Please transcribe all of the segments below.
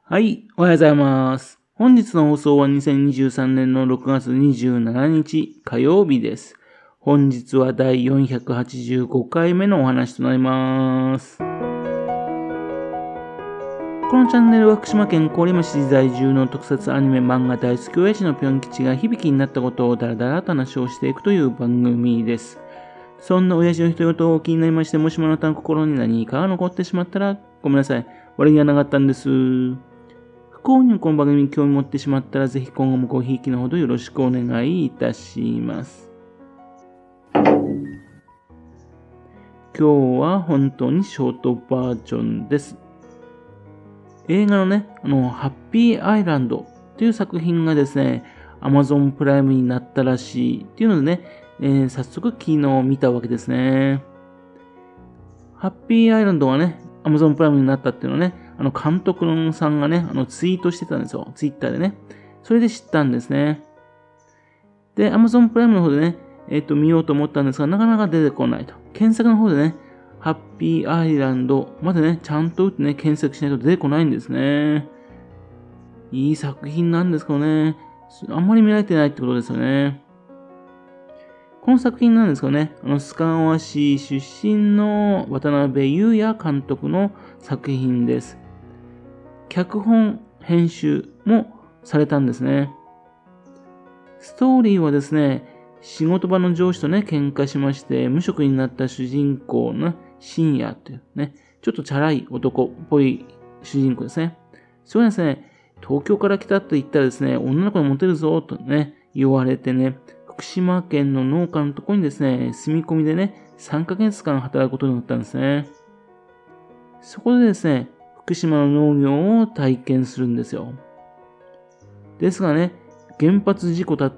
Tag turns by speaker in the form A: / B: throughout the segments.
A: はい、おはようございます。本日の放送は2023年の6月27日火曜日です。本日は第485回目のお話となります。このチャンネルは福島県郡山市在住の特撮アニメ漫画大好き親父のぴょん吉が響きになったことをだらだらと話をしていくという番組です。そんな親父の一言を気になりまして、もしもあなたの心に何かが残ってしまったらごめんなさい。悪気がなかったんです。不幸にもこの番組に興味持ってしまったら、ぜひ今後もごひいきのほどよろしくお願いいたします。今日は本当にショートバージョンです。映画のね、ハッピーアイランドという作品がですね、Amazon プライムになったらしいっていうのでね、早速昨日見たわけですね。ハッピーアイランドがね、Amazon プライムになったっていうのはね、監督さんがね、ツイートしてたんですよ。ツイッターでね。それで知ったんですね。で、Amazon プライムの方でね、見ようと思ったんですが、なかなか出てこないと。検索の方でね、ハッピーアイランドまでね、ちゃんと打ってね、検索しないと出てこないんですね。いい作品なんですけどね、あんまり見られてないってことですよね。この作品なんですけどね、須賀川市出身の渡辺裕也監督の作品です。脚本、編集もされたんですね。ストーリーはですね、仕事場の上司とね、喧嘩しまして、無職になった主人公の深夜というね、ちょっとチャラい男っぽい主人公ですね。それはですね、東京から来たと言ったらですね、女の子にモテるぞとね、言われてね、福島県の農家のところにですね、住み込みでね、3ヶ月間働くことになったんですね。そこでですね、福島の農業を体験するんですよ。ですがね、原発事故から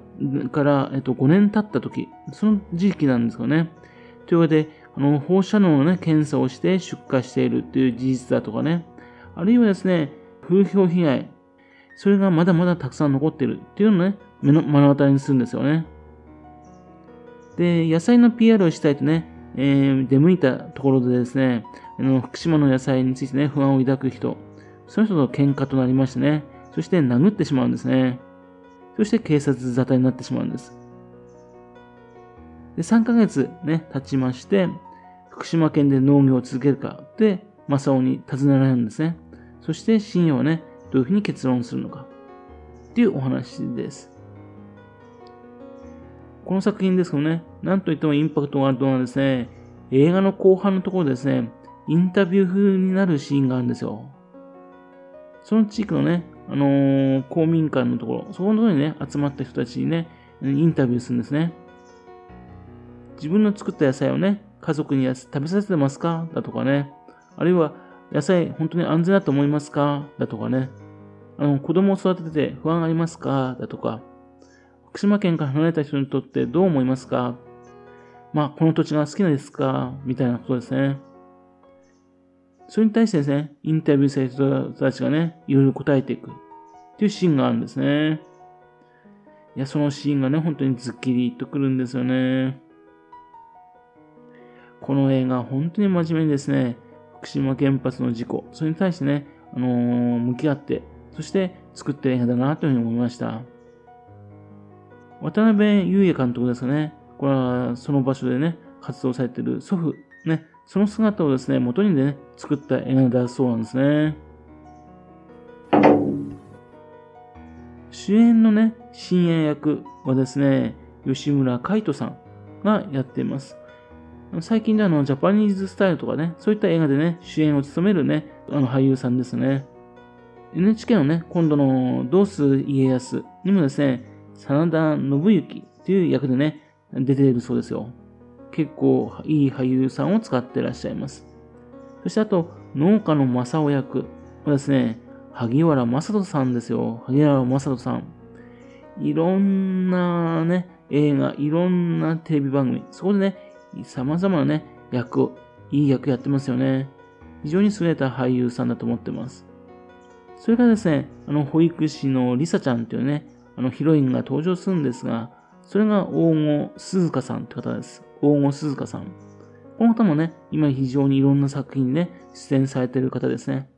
A: 、5年経った時、その時期なんですよね。というわけで、放射能のね、検査をして出荷しているという事実だとかね、あるいはですね、風評被害、それがまだまだたくさん残っているっていうのをね、目の当たりにするんですよね。で、野菜の PR をしたいとね、出向いたところでですね、福島の野菜についてね、不安を抱く人、その人と喧嘩となりましてね、そして殴ってしまうんですね。そして警察沙汰になってしまうんです。で、3ヶ月ね、経ちまして、福島県で農業を続けるかで、正雄に尋ねられるんですね。そして深夜はね、どういうふうに結論するのかっていうお話です。この作品ですけどね、なんといってもインパクトがあるのはですね、映画の後半のところでですね、インタビュー風になるシーンがあるんですよ。その地域のね、公民館のところ、そこのところにね、集まった人たちにね、インタビューするんですね。自分の作った野菜をね、家族に食べさせてますかだとかね。あるいは、野菜本当に安全だと思いますかだとかね。子供を育てて不安ありますかだとか。福島県から離れた人にとってどう思いますかこの土地が好きなんですかみたいなことですね。それに対してですね、インタビューされた人たちがね、いろいろ答えていくっていうシーンがあるんですね。いや、そのシーンがね、本当にズッキリとくるんですよね。この映画、本当に真面目にですね、福島原発の事故、それに対してね、向き合って、そして作った映画だなというふうに思いました。渡辺裕也監督ですかね。これはその場所でね、活動されている祖父、ね、その姿をですね、元にね、作った映画だそうなんですね。主演のね、深夜役はですね、吉村海人さんがやっています。最近でジャパニーズスタイルとかね、そういった映画でね、主演を務めるね、俳優さんですね。NHK のね、今度のどうする家康にもですね、真田信之という役でね、出ているそうですよ。結構いい俳優さんを使っていらっしゃいます。そしてあと、農家の正雄役はですね、萩原正人さんですよ。萩原正人さん。いろんなね、映画、いろんなテレビ番組、そこでね、様々なね、いい役やってますよね。非常に優れた俳優さんだと思ってます。それからですね、保育士のリサちゃんというね、ヒロインが登場するんですが、それが大郷鈴香さんって方です。大郷鈴香さん。この方もね、今非常にいろんな作品にね、出演されている方ですね。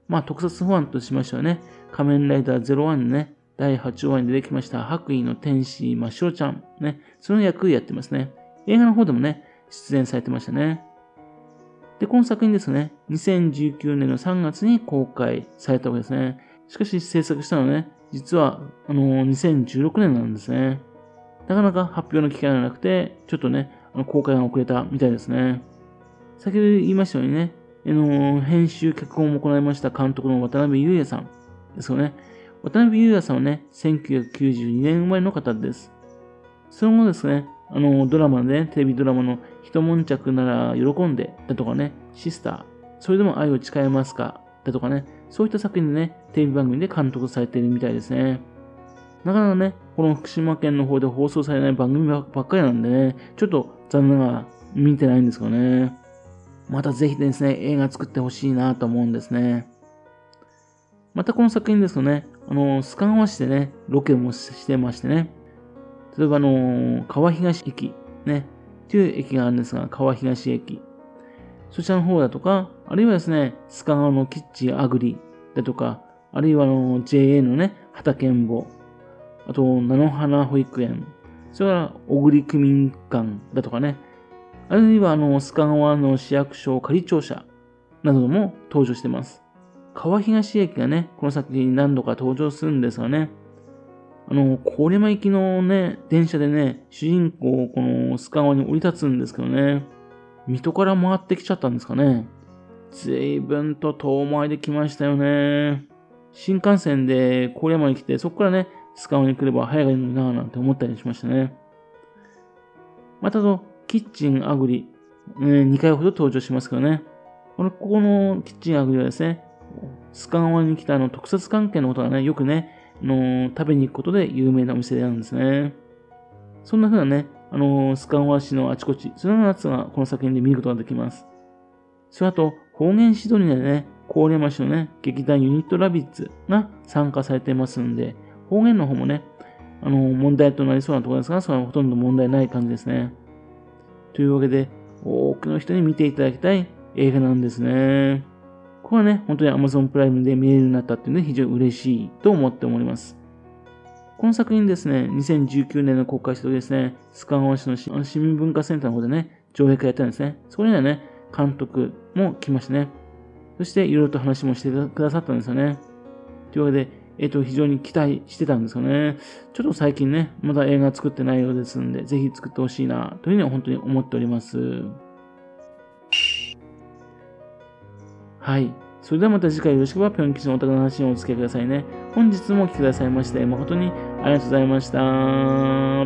A: 特撮ファンとしましてはね、仮面ライダー01のね、第8話に出てきました白衣の天使真っ白ちゃん、ね、その役やってますね。映画の方でもね、出演されてましたね。で、この作品ですね、2019年の3月に公開されたわけですね。しかし制作したのはね、実は、2016年なんですね。なかなか発表の機会がなくて、ちょっとね、公開が遅れたみたいですね。先ほど言いましたようにね、編集、脚本も行いました監督の渡辺裕也さんですよね。渡辺裕也さんはね、1992年生まれの方です。その後ですね、ドラマで、テレビドラマの一悶着なら喜んでだとかね、シスター、それでも愛を誓えますかだとかね、そういった作品でね、テレビ番組で監督されているみたいですね。なかなかね、この福島県の方で放送されない番組ばっかりなんでね、ちょっと残念ながら見てないんですけどね。またぜひですね、映画作ってほしいなと思うんですね。またこの作品ですとね、須賀川市でね、ロケもしてましてね、例えば川東駅、ね、という駅があるんですが、川東駅。そちらの方だとか、あるいはですね、須賀川のキッチンアグリだとか、あるいはJA のね、畑んぼ、あと、菜の花保育園、それから小栗区民館だとかね、あるいは須賀川の市役所仮庁舎なども登場しています。川東駅がね、この作品に何度か登場するんですがね、郡山行きのね、電車でね、主人公、この須賀川に降り立つんですけどね、水戸から回ってきちゃったんですかね。随分と遠回りで来ましたよね。新幹線で郡山に来て、そこからね、須賀川に来れば早いのになぁなんて思ったりしましたね。またキッチンアグリ、2回ほど登場しますけどね。ここのキッチンアグリはですね、須賀川に来た特撮関係のことがね、よくね、食べに行くことで有名なお店であるんですね。そんな風なね、須賀川市のあちこち、そのようなやつがこの作品で見ることができます。それと、方言指導にね、郡山市のね、劇団ユニットラビッツが参加されていますんで、方言の方もね、問題となりそうなところですが、それはほとんど問題ない感じですね。というわけで、多くの人に見ていただきたい映画なんですね。これはね、本当に Amazon プライムで見れるようになったっていうので非常に嬉しいと思っております。この作品ですね、2019年の公開した時ですね、須賀川市の市民文化センターの方でね、上映会やったんですね。そこにはね、監督も来ましたね。そしていろいろと話もしてくださったんですよね。というわけで、非常に期待してたんですよね。ちょっと最近ね、まだ映画作ってないようですんで、ぜひ作ってほしいな、というふうに本当に思っております。はい。それではまた次回よろしければ、ぴょん吉のお宝の話にお付き合いくださいね。本日もお聞きくださいまして、誠にありがとうございました。